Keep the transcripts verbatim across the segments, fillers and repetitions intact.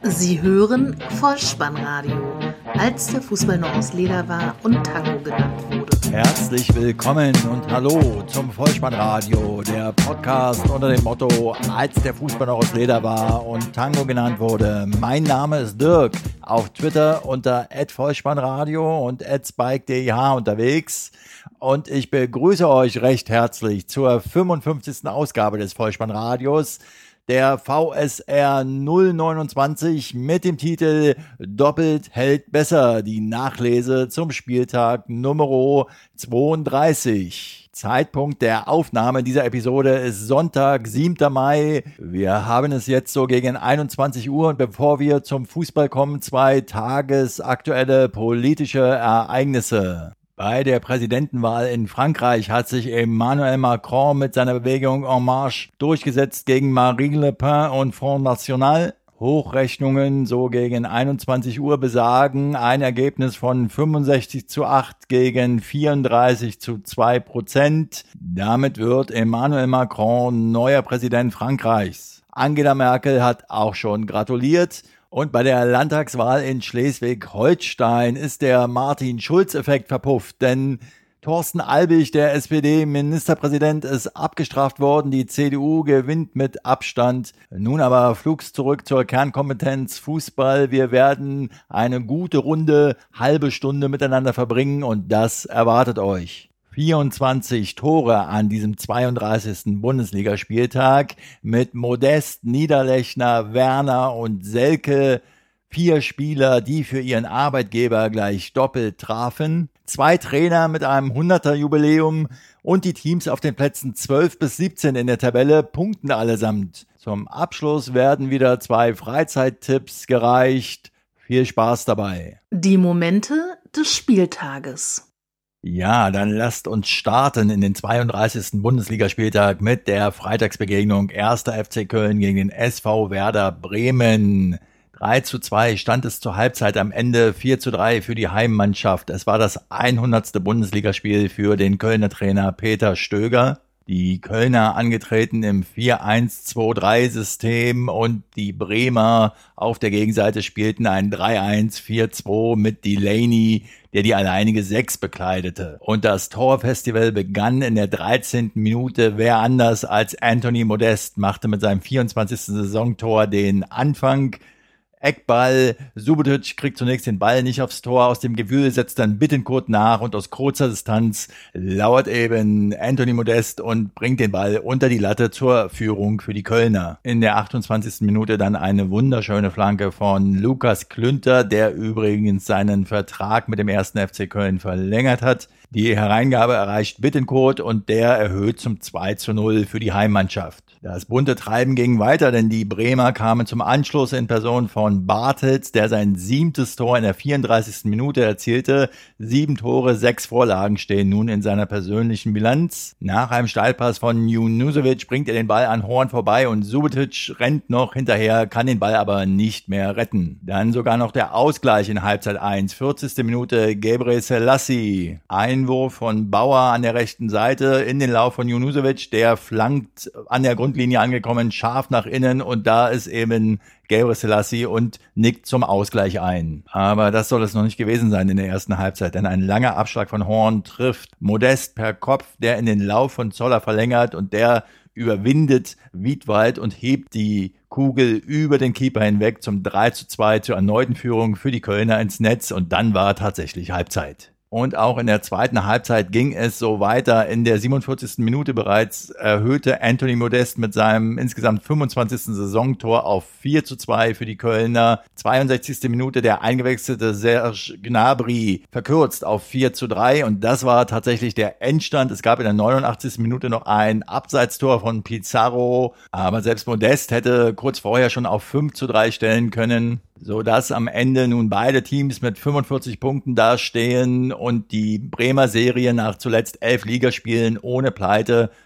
Sie hören Vollspannradio, als der Fußball noch aus Leder war und Tango genannt wurde. Herzlich willkommen und hallo zum Vollspannradio, der Podcast unter dem Motto, als der Fußball noch aus Leder war und Tango genannt wurde. Mein Name ist Dirk, auf Twitter unter at vollspannradio und at spike punkt d h unterwegs. Und ich begrüße euch recht herzlich zur fünfundfünfzigsten Ausgabe des Vollspannradios, der V S R null neunundzwanzig mit dem Titel Doppelt hält besser, die Nachlese zum Spieltag Nummer zweiunddreißig. Zeitpunkt der Aufnahme dieser Episode ist Sonntag, siebter Mai. Wir haben es jetzt so gegen einundzwanzig Uhr und bevor wir zum Fußball kommen, zwei tagesaktuelle politische Ereignisse. Bei der Präsidentenwahl in Frankreich hat sich Emmanuel Macron mit seiner Bewegung En Marche durchgesetzt gegen Marine Le Pen und Front National. Hochrechnungen so gegen einundzwanzig Uhr besagen ein Ergebnis von fünfundsechzig zu acht gegen vierunddreißig zu zwei Prozent. Damit wird Emmanuel Macron neuer Präsident Frankreichs. Angela Merkel hat auch schon gratuliert. Und bei der Landtagswahl in Schleswig-Holstein ist der Martin-Schulz-Effekt verpufft, denn Thorsten Albig, der S P D-Ministerpräsident, ist abgestraft worden. Die C D U gewinnt mit Abstand. Nun aber flugs zurück zur Kernkompetenz Fußball. Wir werden eine gute Runde, halbe Stunde miteinander verbringen und das erwartet euch. vierundzwanzig Tore an diesem zweiunddreißigsten Bundesligaspieltag mit Modest, Niederlechner, Werner und Selke. Vier Spieler, die für ihren Arbeitgeber gleich doppelt trafen. Zwei Trainer mit einem hunderter-Jubiläum und die Teams auf den Plätzen zwölf bis siebzehn in der Tabelle punkten allesamt. Zum Abschluss werden wieder zwei Freizeittipps gereicht. Viel Spaß dabei. Die Momente des Spieltages. Ja, dann lasst uns starten in den zweiunddreißigsten Bundesligaspieltag mit der Freitagsbegegnung erster F C Köln gegen den S V Werder Bremen. drei zu zwei stand es zur Halbzeit, am Ende vier zu drei für die Heimmannschaft. Es war das hundertste Bundesligaspiel für den Kölner Trainer Peter Stöger. Die Kölner angetreten im vier eins zwei drei System und die Bremer auf der Gegenseite spielten ein drei eins vier zwei mit Delaney, der die alleinige sechs bekleidete. Und das Torfestival begann in der dreizehnten Minute. Wer anders als Anthony Modest machte mit seinem vierundzwanzigsten Saisontor den Anfang. Eckball, Subotic kriegt zunächst den Ball nicht aufs Tor, aus dem Gewühl setzt dann Bittencourt nach und aus kurzer Distanz lauert eben Anthony Modest und bringt den Ball unter die Latte zur Führung für die Kölner. In der achtundzwanzigsten Minute dann eine wunderschöne Flanke von Lukas Klünter, der übrigens seinen Vertrag mit dem ersten F C Köln verlängert hat. Die Hereingabe erreicht Bittencourt und der erhöht zum zwei zu null für die Heimmannschaft. Das bunte Treiben ging weiter, denn die Bremer kamen zum Anschluss in Person von Bartels, der sein siebtes Tor in der vierunddreißigsten Minute erzielte. Sieben Tore, sechs Vorlagen stehen nun in seiner persönlichen Bilanz. Nach einem Steilpass von Junuzovic bringt er den Ball an Horn vorbei und Subotic rennt noch hinterher, kann den Ball aber nicht mehr retten. Dann sogar noch der Ausgleich in Halbzeit eins, vierzigste Minute Gebre Selassie. Einwurf von Bauer an der rechten Seite in den Lauf von Junuzovic, der flankt an der Grundlinie angekommen, scharf nach innen und da ist eben Gebre Selassie und nickt zum Ausgleich ein. Aber das soll es noch nicht gewesen sein in der ersten Halbzeit, denn ein langer Abschlag von Horn trifft Modest per Kopf, der in den Lauf von Zoller verlängert und der überwindet Wiedwald und hebt die Kugel über den Keeper hinweg zum drei zu zwei zur erneuten Führung für die Kölner ins Netz und dann war tatsächlich Halbzeit. Und auch in der zweiten Halbzeit ging es so weiter. In der siebenundvierzigsten Minute bereits erhöhte Anthony Modest mit seinem insgesamt fünfundzwanzigsten Saisontor auf vier zu zwei für die Kölner. zweiundsechzigste Minute der eingewechselte Serge Gnabry verkürzt auf vier zu drei und das war tatsächlich der Endstand. Es gab in der neunundachtzigsten Minute noch ein Abseitstor von Pizarro, aber selbst Modest hätte kurz vorher schon auf fünf zu drei stellen können, sodass am Ende nun beide Teams mit fünfundvierzig Punkten dastehen und die Bremer Serie nach zuletzt elf Ligaspielen ohne Pleite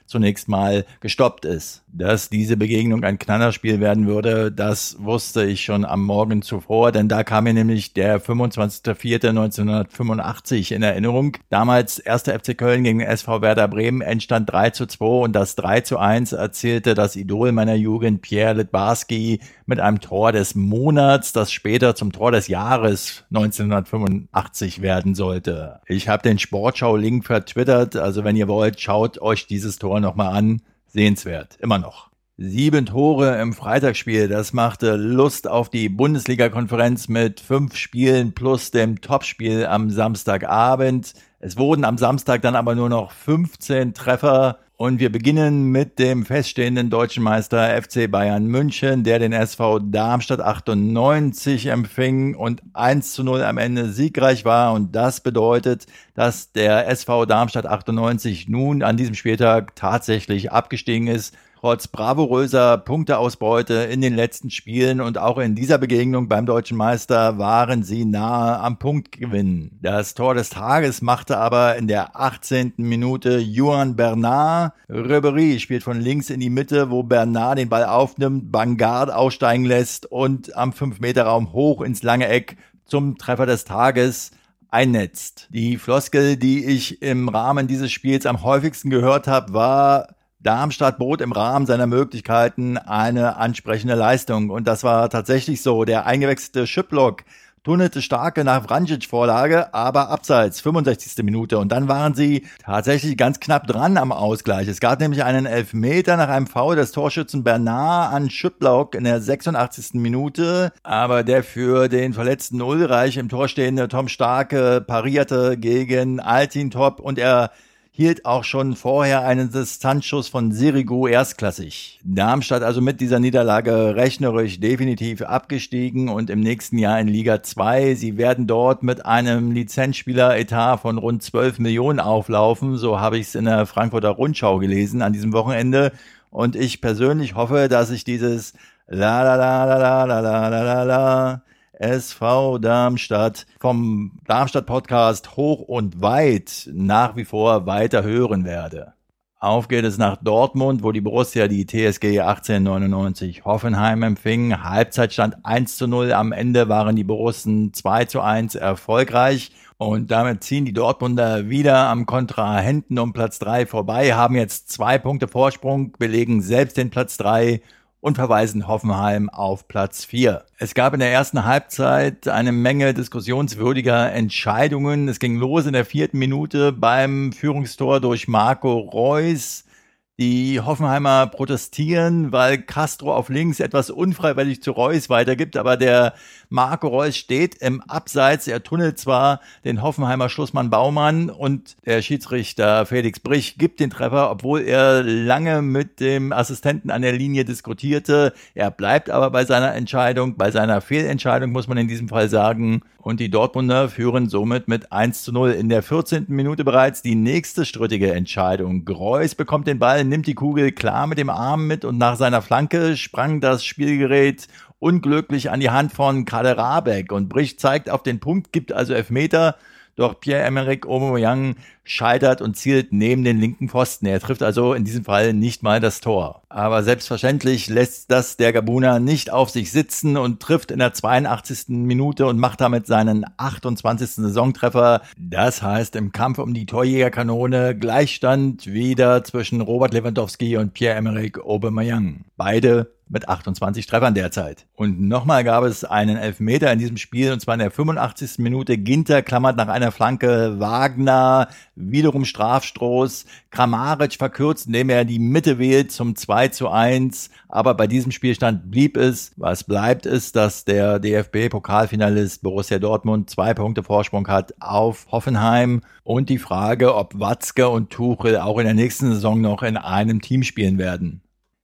zunächst mal gestoppt ist. Dass diese Begegnung ein Knallerspiel werden würde, das wusste ich schon am Morgen zuvor, denn da kam mir nämlich der fünfundzwanzigster vierter neunzehnhundertfünfundachtzig in Erinnerung. Damals erster F C Köln gegen den S V Werder Bremen, Endstand drei zu zwei und das drei zu eins erzielte das Idol meiner Jugend Pierre Littbarski mit einem Tor des Monats, das später zum Tor des Jahres neunzehnhundertfünfundachtzig werden sollte. Ich habe den Sportschau-Link vertwittert, also wenn ihr wollt, schaut euch dieses Tor nochmal an. Sehenswert, immer noch. Sieben Tore im Freitagsspiel, das machte Lust auf die Bundesliga-Konferenz mit fünf Spielen plus dem Topspiel am Samstagabend. Es wurden am Samstag dann aber nur noch fünfzehn Treffer und wir beginnen mit dem feststehenden deutschen Meister F C Bayern München, der den S V Darmstadt achtundneunzig empfing und eins zu null am Ende siegreich war und das bedeutet, dass der S V Darmstadt achtundneunzig nun an diesem Spieltag tatsächlich abgestiegen ist. Trotz bravouröser Punkteausbeute in den letzten Spielen und auch in dieser Begegnung beim Deutschen Meister waren sie nahe am Punktgewinn. Das Tor des Tages machte aber in der achtzehnten Minute Juan Bernat. Ribéry spielt von links in die Mitte, wo Bernat den Ball aufnimmt, Bangard aussteigen lässt und am fünf Meter Raum hoch ins lange Eck zum Treffer des Tages einnetzt. Die Floskel, die ich im Rahmen dieses Spiels am häufigsten gehört habe, war: Darmstadt bot im Rahmen seiner Möglichkeiten eine ansprechende Leistung. Und das war tatsächlich so. Der eingewechselte Schiplock tunnelte Starke nach Vrancic-Vorlage, aber abseits, fünfundsechzigste Minute. Und dann waren sie tatsächlich ganz knapp dran am Ausgleich. Es gab nämlich einen Elfmeter nach einem Foul des Torschützen Bernat an Schiplock in der sechsundachtzigsten Minute. Aber der für den verletzten Ulreich im Tor stehende Tom Starke parierte gegen Altintop und er hielt auch schon vorher einen Distanzschuss von Sirigu erstklassig. Darmstadt also mit dieser Niederlage rechnerisch definitiv abgestiegen und im nächsten Jahr in Liga zwei. Sie werden dort mit einem Lizenzspieler-Etat von rund zwölf Millionen auflaufen. So habe ich es in der Frankfurter Rundschau gelesen an diesem Wochenende. Und ich persönlich hoffe, dass sich dieses La la la la la la la la la S V Darmstadt vom Darmstadt-Podcast hoch und weit nach wie vor weiter hören werde. Auf geht es nach Dortmund, wo die Borussia die T S G achtzehnhundertneunundneunzig Hoffenheim empfing. Halbzeitstand eins zu null, am Ende waren die Borussen zwei zu eins erfolgreich. Und damit ziehen die Dortmunder wieder am Kontrahenten um Platz drei vorbei, haben jetzt zwei Punkte Vorsprung, belegen selbst den Platz drei und verweisen Hoffenheim auf Platz vier. Es gab in der ersten Halbzeit eine Menge diskussionswürdiger Entscheidungen. Es ging los in der vierten Minute beim Führungstor durch Marco Reus. Die Hoffenheimer protestieren, weil Castro auf links etwas unfreiwillig zu Reus weitergibt, aber der Marco Reus steht im Abseits. Er tunnelt zwar den Hoffenheimer Schlussmann Baumann und der Schiedsrichter Felix Brich gibt den Treffer, obwohl er lange mit dem Assistenten an der Linie diskutierte. Er bleibt aber bei seiner Entscheidung, bei seiner Fehlentscheidung muss man in diesem Fall sagen. Und die Dortmunder führen somit mit eins zu null. In der vierzehnten Minute bereits die nächste strittige Entscheidung. Reus bekommt den Ball, nimmt die Kugel klar mit dem Arm mit und nach seiner Flanke sprang das Spielgerät unglücklich an die Hand von Kader Rabeck. Und Brich zeigt auf den Punkt, gibt also Elfmeter. Doch Pierre-Emerick Aubameyang scheitert und zielt neben den linken Pfosten. Er trifft also in diesem Fall nicht mal das Tor. Aber selbstverständlich lässt das der Gabuner nicht auf sich sitzen und trifft in der zweiundachtzigsten Minute und macht damit seinen achtundzwanzigsten Saisontreffer. Das heißt im Kampf um die Torjägerkanone Gleichstand wieder zwischen Robert Lewandowski und Pierre-Emerick Aubameyang. Beide mit achtundzwanzig Treffern derzeit. Und nochmal gab es einen Elfmeter in diesem Spiel, und zwar in der fünfundachtzigsten Minute. Ginter klammert nach einer Flanke Wagner, wiederum Strafstoß. Kramaric verkürzt, indem er die Mitte wählt zum zwei zu eins. Aber bei diesem Spielstand blieb es. Was bleibt ist, dass der D F B-Pokalfinalist Borussia Dortmund zwei Punkte Vorsprung hat auf Hoffenheim. Und die Frage, ob Watzke und Tuchel auch in der nächsten Saison noch in einem Team spielen werden.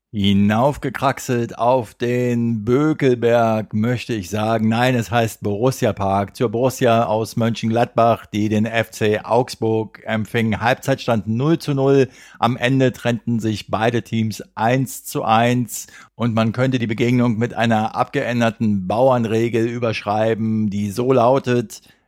Hinaufgekraxelt auf den Bökelberg möchte ich sagen, nein, es heißt Borussia Park, zur Borussia aus Mönchengladbach, die den F C Augsburg empfing. Halbzeitstand null zu null, am Ende trennten sich beide Teams eins zu eins und man könnte die Begegnung mit einer abgeänderten Bauernregel überschreiben, die so lautet: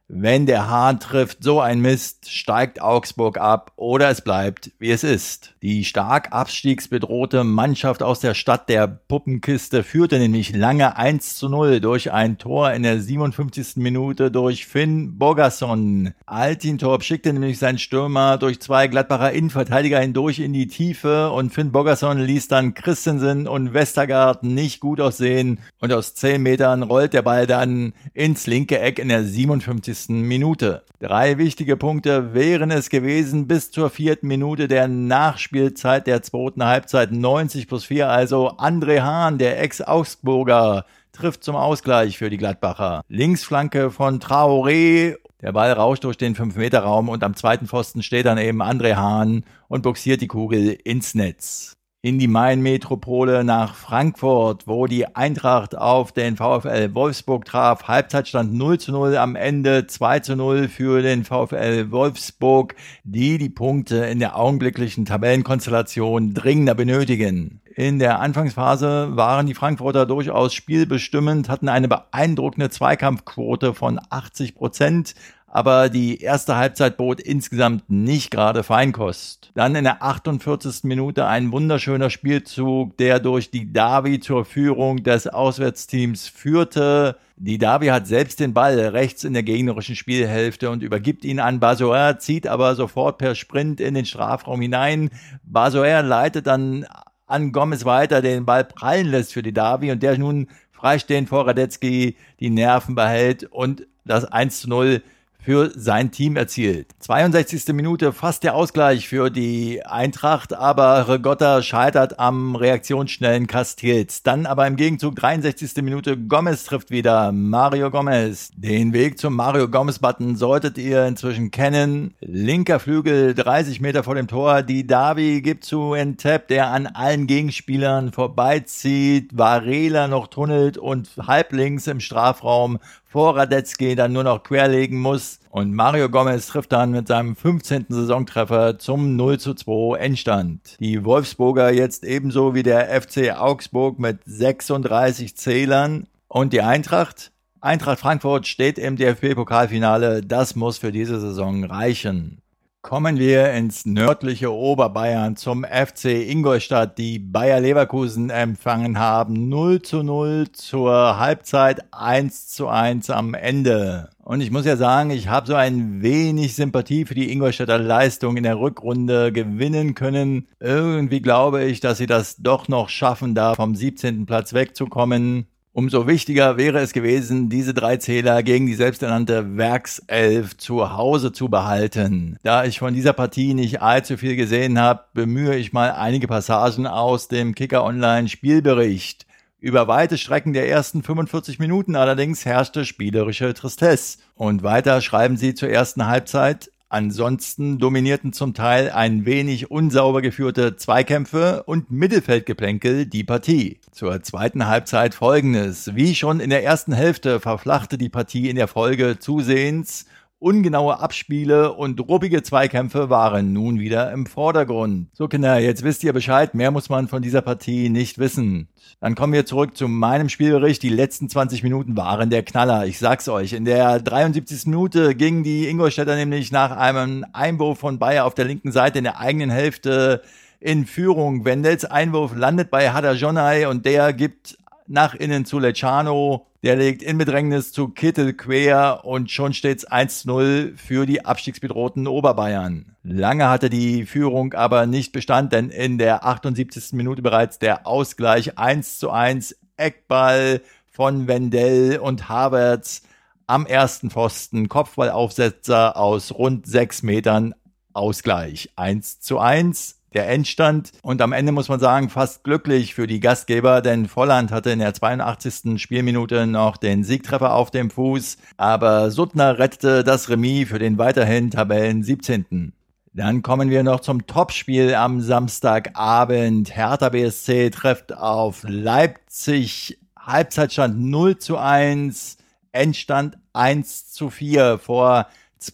Wenn der Hahn trifft, so ein Mist, steigt Augsburg ab oder es bleibt, wie es ist. Die stark abstiegsbedrohte Mannschaft aus der Stadt der Puppenkiste führte nämlich lange eins zu null durch ein Tor in der siebenundfünfzigsten Minute durch Finn Bogason. Altintorp schickte nämlich seinen Stürmer durch zwei Gladbacher Innenverteidiger hindurch in die Tiefe und Finn Bogason ließ dann Christensen und Westergaard nicht gut aussehen und aus zehn Metern rollt der Ball dann ins linke Eck in der siebenundfünfzigsten Minute. Drei wichtige Punkte wären es gewesen bis zur vierten Minute der Nachspielzeit der zweiten Halbzeit. neunzig plus vier, also André Hahn, der Ex-Augsburger, trifft zum Ausgleich für die Gladbacher. Linksflanke von Traoré. Der Ball rauscht durch den fünf Meter Raum und am zweiten Pfosten steht dann eben André Hahn und boxiert die Kugel ins Netz. In die Main-Metropole nach Frankfurt, wo die Eintracht auf den VfL Wolfsburg traf. Halbzeitstand null zu null, am Ende zwei zu null für den VfL Wolfsburg, die die Punkte in der augenblicklichen Tabellenkonstellation dringender benötigen. In der Anfangsphase waren die Frankfurter durchaus spielbestimmend, hatten eine beeindruckende Zweikampfquote von achtzig Prozent. Aber die erste Halbzeit bot insgesamt nicht gerade Feinkost. Dann in der achtundvierzigsten Minute ein wunderschöner Spielzug, der durch Didavi zur Führung des Auswärtsteams führte. Didavi hat selbst den Ball rechts in der gegnerischen Spielhälfte und übergibt ihn an Bazoer, zieht aber sofort per Sprint in den Strafraum hinein. Bazoer leitet dann an Gomez weiter, den Ball prallen lässt für Didavi und der nun freistehend vor Radetzky die Nerven behält und das eins zu null für sein Team erzielt. zweiundsechzigste Minute fast der Ausgleich für die Eintracht, aber Rigotta scheitert am reaktionsschnellen Castells. Dann aber im Gegenzug dreiundsechzigste Minute Gomez trifft wieder, Mario Gomez. Den Weg zum Mario Gomez-Button solltet ihr inzwischen kennen. Linker Flügel, dreißig Meter vor dem Tor. Didavi gibt zu Entep, der an allen Gegenspielern vorbeizieht. Varela noch tunnelt und halblinks im Strafraum vor Radetzky dann nur noch querlegen muss. Und Mario Gomez trifft dann mit seinem fünfzehnten Saisontreffer zum null zu zwei Endstand. Die Wolfsburger jetzt ebenso wie der F C Augsburg mit sechsunddreißig Zählern. Und die Eintracht? Eintracht Frankfurt steht im D F B-Pokalfinale. Das muss für diese Saison reichen. Kommen wir ins nördliche Oberbayern zum F C Ingolstadt, die Bayer Leverkusen empfangen haben. null zu null zur Halbzeit, eins zu eins am Ende. Und ich muss ja sagen, ich habe so ein wenig Sympathie für die Ingolstädter Leistung in der Rückrunde gewinnen können. Irgendwie glaube ich, dass sie das doch noch schaffen, da vom siebzehnten Platz wegzukommen. Umso wichtiger wäre es gewesen, diese drei Zähler gegen die selbsternannte Werkself zu Hause zu behalten. Da ich von dieser Partie nicht allzu viel gesehen habe, bemühe ich mal einige Passagen aus dem Kicker Online Spielbericht. Über weite Strecken der ersten fünfundvierzig Minuten allerdings herrschte spielerische Tristesse. Und weiter schreiben sie zur ersten Halbzeit: Ansonsten dominierten zum Teil ein wenig unsauber geführte Zweikämpfe und Mittelfeldgeplänkel die Partie. Zur zweiten Halbzeit Folgendes: Wie schon in der ersten Hälfte verflachte die Partie in der Folge zusehends. Ungenaue Abspiele und ruppige Zweikämpfe waren nun wieder im Vordergrund. So Kinder, jetzt wisst ihr Bescheid, mehr muss man von dieser Partie nicht wissen. Dann kommen wir zurück zu meinem Spielbericht. Die letzten zwanzig Minuten waren der Knaller, ich sag's euch. In der dreiundsiebzigsten Minute gingen die Ingolstädter nämlich nach einem Einwurf von Bayer auf der linken Seite in der eigenen Hälfte in Führung. Wendels Einwurf landet bei Hadajonay und der gibt nach innen zu Lecano. Der legt in Bedrängnis zu Kittel quer und schon steht's eins zu null für die abstiegsbedrohten Oberbayern. Lange hatte die Führung aber nicht Bestand, denn in der achtundsiebzigsten Minute bereits der Ausgleich eins zu eins, Eckball von Wendell und Havertz am ersten Pfosten, Kopfballaufsetzer aus rund sechs Metern, Ausgleich eins zu eins. Der Endstand und am Ende muss man sagen, fast glücklich für die Gastgeber, denn Volland hatte in der zweiundachtzigsten Spielminute noch den Siegtreffer auf dem Fuß, aber Suttner rettete das Remis für den weiterhin Tabellen siebzehnten Dann kommen wir noch zum Topspiel am Samstagabend. Hertha B S C trifft auf Leipzig, Halbzeitstand null zu eins, Endstand eins zu vier vor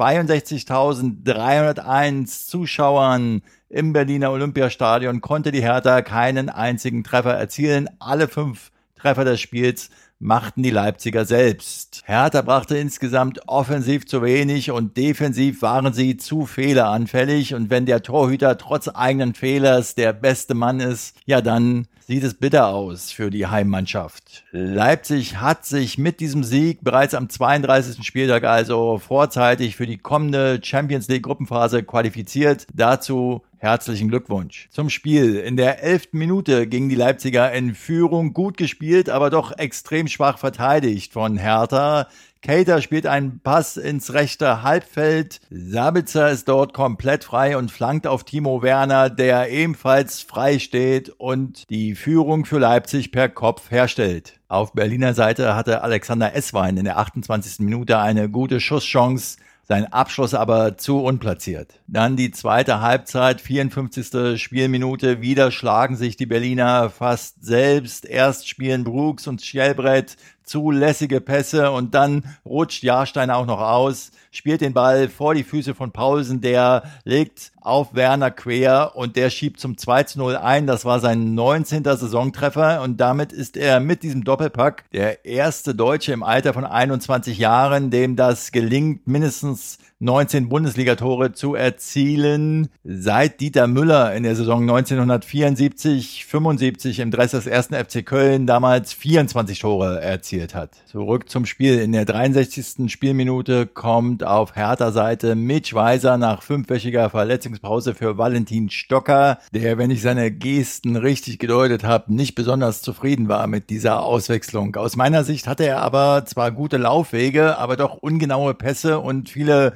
zweiundsechzigtausenddreihunderteins Zuschauern. Im Berliner Olympiastadion konnte die Hertha keinen einzigen Treffer erzielen. Alle fünf Treffer des Spiels machten die Leipziger selbst. Hertha brachte insgesamt offensiv zu wenig und defensiv waren sie zu fehleranfällig. Und wenn der Torhüter trotz eigenen Fehlers der beste Mann ist, ja dann sieht es bitter aus für die Heimmannschaft. Leipzig hat sich mit diesem Sieg bereits am zweiunddreißigsten Spieltag also vorzeitig für die kommende Champions League Gruppenphase qualifiziert. Dazu herzlichen Glückwunsch. Zum Spiel. In der elften Minute gingen die Leipziger in Führung, gut gespielt, aber doch extrem schwach verteidigt von Hertha. Keita spielt einen Pass ins rechte Halbfeld. Sabitzer ist dort komplett frei und flankt auf Timo Werner, der ebenfalls frei steht und die Führung für Leipzig per Kopf herstellt. Auf Berliner Seite hatte Alexander Esswein in der achtundzwanzigsten Minute eine gute Schusschance, sein Abschluss aber zu unplatziert. Dann die zweite Halbzeit, vierundfünfzigste Spielminute. Wieder schlagen sich die Berliner fast selbst. Erst spielen Brooks und Schjelbrett zulässige Pässe und dann rutscht Jahrstein auch noch aus, spielt den Ball vor die Füße von Paulsen, der legt auf Werner quer und der schiebt zum zwei zu null ein. Das war sein neunzehnter Saisontreffer und damit ist er mit diesem Doppelpack der erste Deutsche im Alter von einundzwanzig Jahren, dem das gelingt, mindestens neunzehn Bundesligatore zu erzielen, seit Dieter Müller in der Saison neunzehnhundertvierundsiebzig fünfundsiebzig im Dress des ersten F C Köln damals vierundzwanzig Tore erzielt hat. Zurück zum Spiel. In der dreiundsechzigsten Spielminute kommt auf Hertha-Seite Mitch Weiser nach fünfwöchiger Verletzungspause für Valentin Stocker, der, wenn ich seine Gesten richtig gedeutet habe, nicht besonders zufrieden war mit dieser Auswechslung. Aus meiner Sicht hatte er aber zwar gute Laufwege, aber doch ungenaue Pässe und viele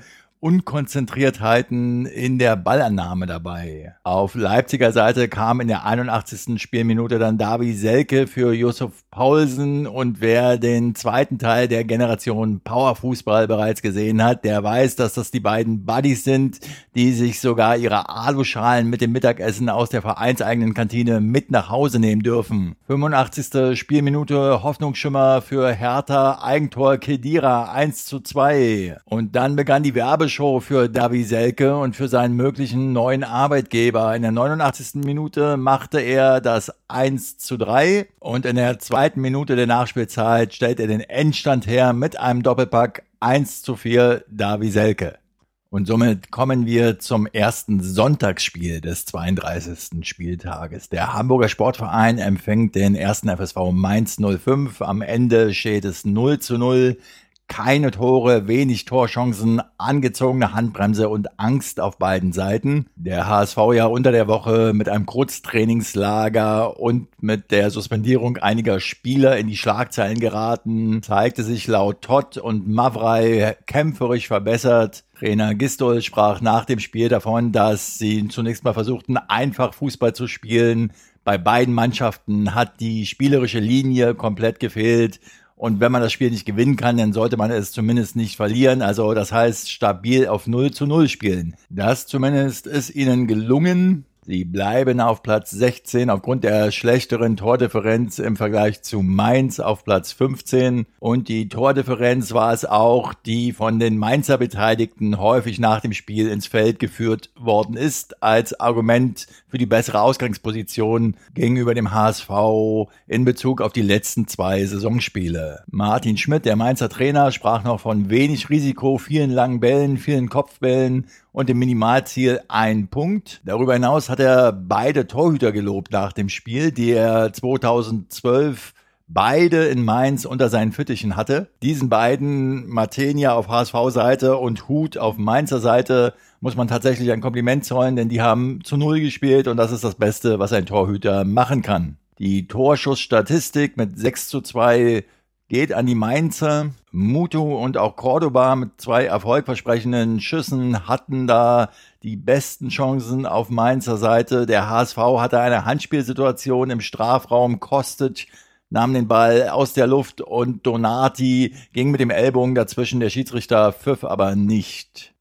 Unkonzentriertheiten in der Ballannahme dabei. Auf Leipziger Seite kam in der einundachtzigsten Spielminute dann Davy Selke für Yusuf Paulsen und wer den zweiten Teil der Generation Powerfußball bereits gesehen hat, der weiß, dass das die beiden Buddies sind, die sich sogar ihre Aluschalen mit dem Mittagessen aus der vereinseigenen Kantine mit nach Hause nehmen dürfen. fünfundachtzigste Spielminute, Hoffnungsschimmer für Hertha, Eigentor Khedira eins zu zwei. Und dann begann die Werbeshow für Davy Selke und für seinen möglichen neuen Arbeitgeber. In der neunundachtzigsten Minute machte er das eins zu drei und in der zweiten Minute der Nachspielzeit stellt er den Endstand her mit einem Doppelpack eins zu vier Davy Selke. Und somit kommen wir zum ersten Sonntagsspiel des zweiunddreißigsten Spieltages. Der Hamburger Sportverein empfängt den ersten F S V Mainz null fünf. Am Ende steht es null zu null. Keine Tore, wenig Torchancen, angezogene Handbremse und Angst auf beiden Seiten. Der H S V ja unter der Woche mit einem Kurztrainingslager und mit der Suspendierung einiger Spieler in die Schlagzeilen geraten, zeigte sich laut Todd und Mavrei kämpferisch verbessert. Trainer Gistol sprach nach dem Spiel davon, dass sie zunächst mal versuchten, einfach Fußball zu spielen. Bei beiden Mannschaften hat die spielerische Linie komplett gefehlt. Und wenn man das Spiel nicht gewinnen kann, dann sollte man es zumindest nicht verlieren. Also das heißt, stabil auf null zu null spielen. Das zumindest ist ihnen gelungen. Sie bleiben auf Platz sechzehn aufgrund der schlechteren Tordifferenz im Vergleich zu Mainz auf Platz fünfzehn. Und die Tordifferenz war es auch, die von den Mainzer Beteiligten häufig nach dem Spiel ins Feld geführt worden ist, als Argument für die bessere Ausgangsposition gegenüber dem H S V in Bezug auf die letzten zwei Saisonspiele. Martin Schmidt, der Mainzer Trainer, sprach noch von wenig Risiko, vielen langen Bällen, vielen Kopfbällen und dem Minimalziel ein Punkt. Darüber hinaus hat er beide Torhüter gelobt nach dem Spiel, die er zweitausendzwölf beide in Mainz unter seinen Fittichen hatte. Diesen beiden, Matenia auf H S V-Seite und Huth auf Mainzer Seite, muss man tatsächlich ein Kompliment zollen, denn die haben zu Null gespielt und das ist das Beste, was ein Torhüter machen kann. Die Torschussstatistik mit sechs zu zwei geht an die Mainzer. Mutu und auch Cordoba mit zwei erfolgversprechenden Schüssen hatten da die besten Chancen auf Mainzer Seite. Der H S V hatte eine Handspielsituation im Strafraum. Kostic nahm den Ball aus der Luft und Donati ging mit dem Ellbogen dazwischen. Der Schiedsrichter pfiff aber nicht.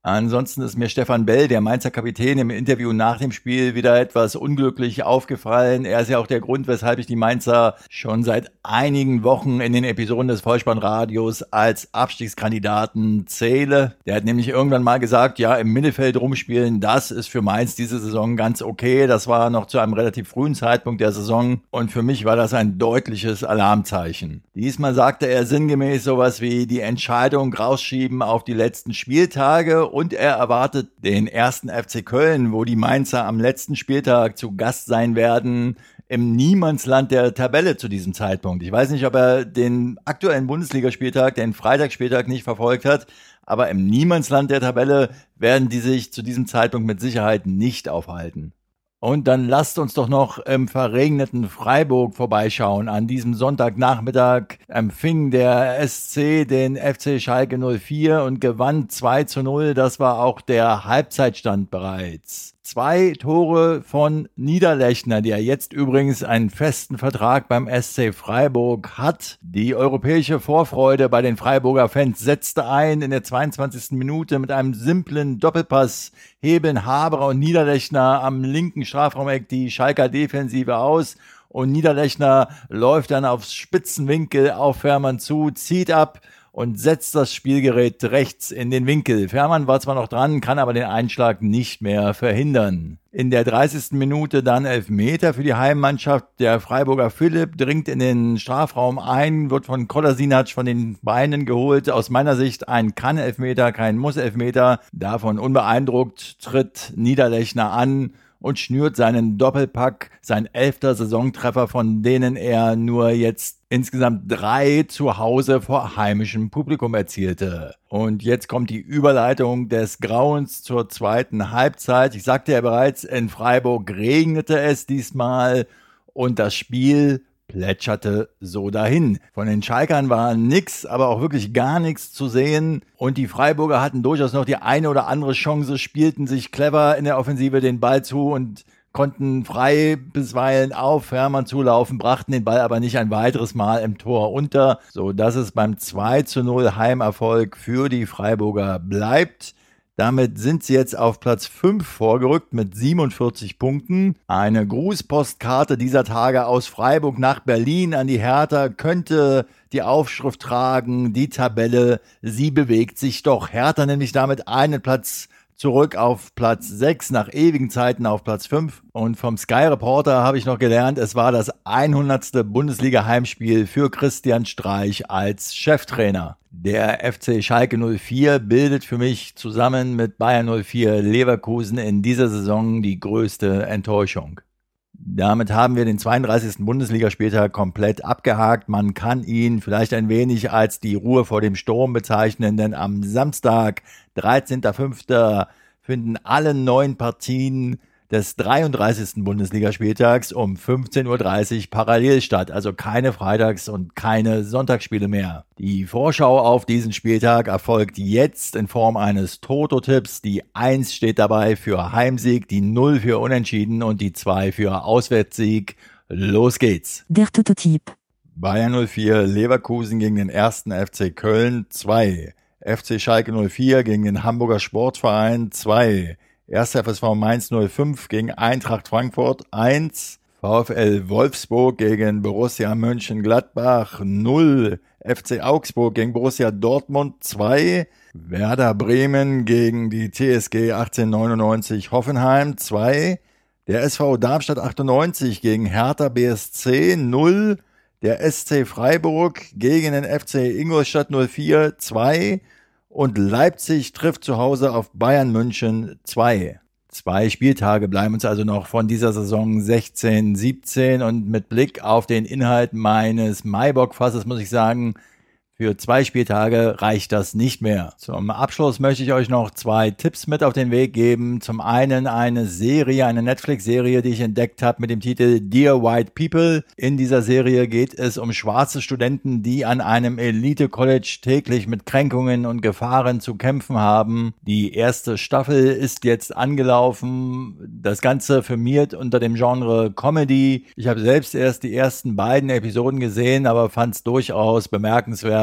Ansonsten ist mir Stefan Bell, der Mainzer Kapitän, im Interview nach dem Spiel wieder etwas unglücklich aufgefallen. Er ist ja auch der Grund, weshalb ich die Mainzer schon seit einigen Wochen in den Episoden des Vollspannradios als Abstiegskandidaten zähle. Der hat nämlich irgendwann mal gesagt, ja, im Mittelfeld rumspielen, das ist für Mainz diese Saison ganz okay. Das war noch zu einem relativ frühen Zeitpunkt der Saison und für mich war das ein deutliches Alarmzeichen. Diesmal sagte er sinngemäß sowas wie die Entscheidung rausschieben auf die letzten Spieltage. Und er erwartet den ersten F C Köln, wo die Mainzer am letzten Spieltag zu Gast sein werden, im Niemandsland der Tabelle zu diesem Zeitpunkt. Ich weiß nicht, ob er den aktuellen Bundesligaspieltag, den Freitagsspieltag nicht verfolgt hat, aber im Niemandsland der Tabelle werden die sich zu diesem Zeitpunkt mit Sicherheit nicht aufhalten. Und dann lasst uns doch noch im verregneten Freiburg vorbeischauen. An diesem Sonntagnachmittag empfing der S C den F C Schalke null vier und gewann zwei zu null. Das war auch der Halbzeitstand bereits. Zwei Tore von Niederlechner, der jetzt übrigens einen festen Vertrag beim S C Freiburg hat. Die europäische Vorfreude bei den Freiburger Fans setzte ein in der zweiundzwanzigsten Minute mit einem simplen Doppelpass. Heben Haberer und Niederlechner am linken Strafraumeck die Schalker Defensive aus. Und Niederlechner läuft dann aufs Spitzenwinkel auf Fährmann zu, zieht ab und setzt das Spielgerät rechts in den Winkel. Fährmann war zwar noch dran, kann aber den Einschlag nicht mehr verhindern. In der dreißigsten Minute dann Elfmeter für die Heimmannschaft. Der Freiburger Philipp dringt in den Strafraum ein, wird von Kolasinac von den Beinen geholt. Aus meiner Sicht ein Kann-Elfmeter, kein Muss-Elfmeter. Davon unbeeindruckt tritt Niederlechner an und schnürt seinen Doppelpack, sein elfter Saisontreffer, von denen er nur jetzt insgesamt drei zu Hause vor heimischem Publikum erzielte. Und jetzt kommt die Überleitung des Grauens zur zweiten Halbzeit. Ich sagte ja bereits, in Freiburg regnete es diesmal und das Spiel plätscherte so dahin. Von den Schalkern war nix, aber auch wirklich gar nichts zu sehen. Und die Freiburger hatten durchaus noch die eine oder andere Chance, spielten sich clever in der Offensive den Ball zu und konnten frei bisweilen auf Fährmann zulaufen, brachten den Ball aber nicht ein weiteres Mal im Tor unter, so dass es beim zwei zu null Heimerfolg für die Freiburger bleibt. Damit sind sie jetzt auf Platz fünf vorgerückt mit siebenundvierzig Punkten. Eine Grußpostkarte dieser Tage aus Freiburg nach Berlin an die Hertha könnte die Aufschrift tragen, die Tabelle, sie bewegt sich doch. Hertha nämlich damit einen Platz zurück auf Platz sechs, nach ewigen Zeiten auf Platz fünf. Und vom Sky Reporter habe ich noch gelernt, es war das hundertste Bundesliga-Heimspiel für Christian Streich als Cheftrainer. Der F C Schalke null vier bildet für mich zusammen mit Bayern null vier Leverkusen in dieser Saison die größte Enttäuschung. Damit haben wir den zweiunddreißigsten Bundesligaspieltag komplett abgehakt. Man kann ihn vielleicht ein wenig als die Ruhe vor dem Sturm bezeichnen, denn am Samstag, dreizehnten fünften finden alle neun Partien des dreiunddreißigsten Bundesligaspieltags um fünfzehn Uhr dreißig parallel statt, also keine Freitags- und keine Sonntagsspiele mehr. Die Vorschau auf diesen Spieltag erfolgt jetzt in Form eines Toto-Tipps. Die eins steht dabei für Heimsieg, die null für Unentschieden und die zwei für Auswärtssieg. Los geht's. Der Toto-Tipp. Bayern null vier, Leverkusen gegen den ersten F C Köln zwei. F C Schalke null vier gegen den Hamburger Sportverein zwei. erster F S V Mainz null fünf gegen Eintracht Frankfurt eins. VfL Wolfsburg gegen Borussia Mönchengladbach null. F C Augsburg gegen Borussia Dortmund zwei. Werder Bremen gegen die T S G achtzehnhundertneunundneunzig Hoffenheim zwei. Der S V Darmstadt achtundneunzig gegen Hertha B S C null. Der S C Freiburg gegen den F C Ingolstadt null vier zwei. Und Leipzig trifft zu Hause auf Bayern München zwei. Zwei Spieltage bleiben uns also noch von dieser Saison sechzehn siebzehn und mit Blick auf den Inhalt meines Maibock-Fasses muss ich sagen, für zwei Spieltage reicht das nicht mehr. Zum Abschluss möchte ich euch noch zwei Tipps mit auf den Weg geben. Zum einen eine Serie, eine Netflix-Serie, die ich entdeckt habe mit dem Titel Dear White People. In dieser Serie geht es um schwarze Studenten, die an einem Elite-College täglich mit Kränkungen und Gefahren zu kämpfen haben. Die erste Staffel ist jetzt angelaufen. Das Ganze firmiert unter dem Genre Comedy. Ich habe selbst erst die ersten beiden Episoden gesehen, aber fand es durchaus bemerkenswert,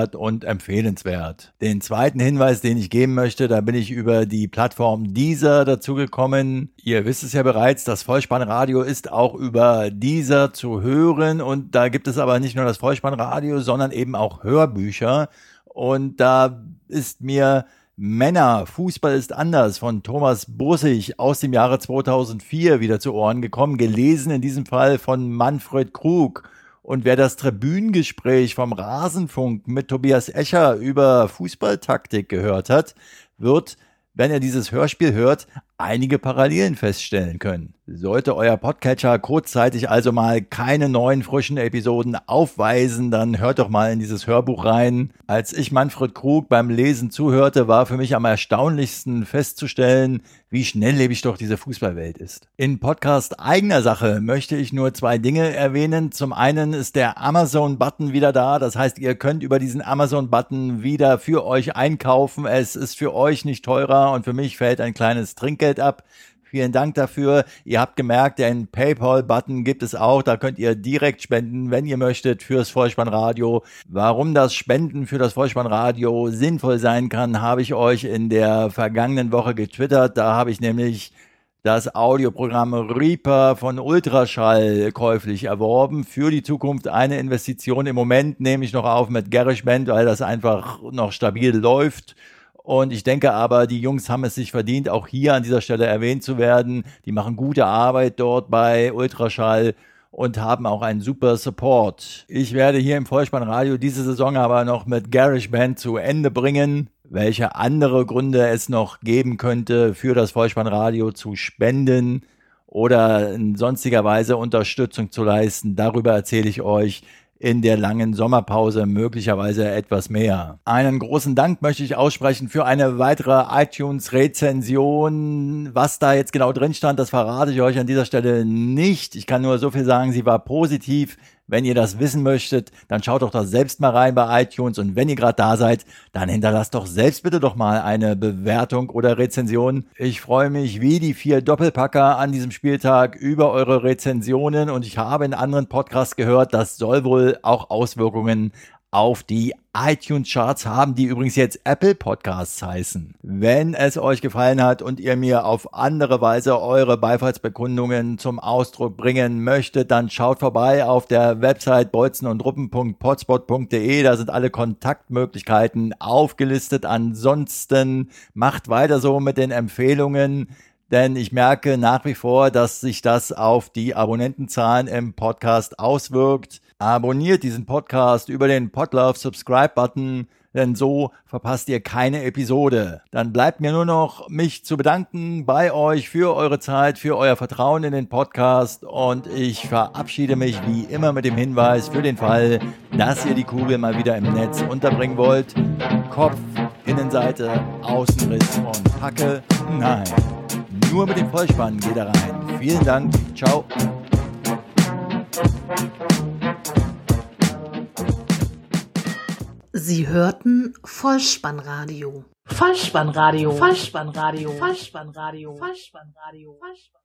hörenswert und empfehlenswert. Den zweiten Hinweis, den ich geben möchte, da bin ich über die Plattform Deezer dazu gekommen. Ihr wisst es ja bereits, das Vollspannradio ist auch über Deezer zu hören und da gibt es aber nicht nur das Vollspannradio, sondern eben auch Hörbücher und da ist mir Männer, Fußball ist anders von Thomas Bussig aus dem Jahre zweitausendvier wieder zu Ohren gekommen, gelesen in diesem Fall von Manfred Krug. Und wer das Tribünengespräch vom Rasenfunk mit Tobias Escher über Fußballtaktik gehört hat, wird, wenn er dieses Hörspiel hört, einige Parallelen feststellen können. Sollte euer Podcatcher kurzzeitig also mal keine neuen frischen Episoden aufweisen, dann hört doch mal in dieses Hörbuch rein. Als ich Manfred Krug beim Lesen zuhörte, war für mich am erstaunlichsten festzustellen, wie schnelllebig doch diese Fußballwelt ist. In Podcast eigener Sache möchte ich nur zwei Dinge erwähnen. Zum einen ist der Amazon-Button wieder da. Das heißt, ihr könnt über diesen Amazon-Button wieder für euch einkaufen. Es ist für euch nicht teurer und für mich fällt ein kleines Trinkgeld ab. Vielen Dank dafür. Ihr habt gemerkt, den PayPal-Button gibt es auch. Da könnt ihr direkt spenden, wenn ihr möchtet, fürs Vollspannradio. Warum das Spenden für das Vollspannradio sinnvoll sein kann, habe ich euch in der vergangenen Woche getwittert. Da habe ich nämlich das Audioprogramm Reaper von Ultraschall käuflich erworben. Für die Zukunft eine Investition. Im Moment nehme ich noch auf mit GarageBand, weil das einfach noch stabil läuft. Und ich denke aber, die Jungs haben es sich verdient, auch hier an dieser Stelle erwähnt zu werden. Die machen gute Arbeit dort bei Ultraschall und haben auch einen super Support. Ich werde hier im Vollspannradio diese Saison aber noch mit GarageBand zu Ende bringen. Welche andere Gründe es noch geben könnte, für das Vollspannradio zu spenden oder in sonstiger Weise Unterstützung zu leisten, darüber erzähle ich euch in der langen Sommerpause möglicherweise etwas mehr. Einen großen Dank möchte ich aussprechen für eine weitere iTunes-Rezension. Was da jetzt genau drin stand, das verrate ich euch an dieser Stelle nicht. Ich kann nur so viel sagen, sie war positiv. Wenn ihr das wissen möchtet, dann schaut doch da selbst mal rein bei iTunes und wenn ihr gerade da seid, dann hinterlasst doch selbst bitte doch mal eine Bewertung oder Rezension. Ich freue mich wie die vier Doppelpacker an diesem Spieltag über eure Rezensionen und ich habe in anderen Podcasts gehört, das soll wohl auch Auswirkungen auf die iTunes-Charts haben, die übrigens jetzt Apple Podcasts heißen. Wenn es euch gefallen hat und ihr mir auf andere Weise eure Beifallsbekundungen zum Ausdruck bringen möchtet, dann schaut vorbei auf der Website bolzenundruppen punkt potspot punkt de. Da sind alle Kontaktmöglichkeiten aufgelistet. Ansonsten macht weiter so mit den Empfehlungen, denn ich merke nach wie vor, dass sich das auf die Abonnentenzahlen im Podcast auswirkt. Abonniert diesen Podcast über den Podlove Subscribe Button, denn so verpasst ihr keine Episode. Dann bleibt mir nur noch, mich zu bedanken bei euch für eure Zeit, für euer Vertrauen in den Podcast und ich verabschiede mich wie immer mit dem Hinweis für den Fall, dass ihr die Kugel mal wieder im Netz unterbringen wollt. Kopf, Innenseite, Außenriss und Hacke, nein. Nur mit dem Vollspann geht er rein. Vielen Dank. Ciao. Sie hörten Vollspannradio. Vollspannradio. Vollspannradio. Vollspannradio. Vollspannradio. Vollspannradio.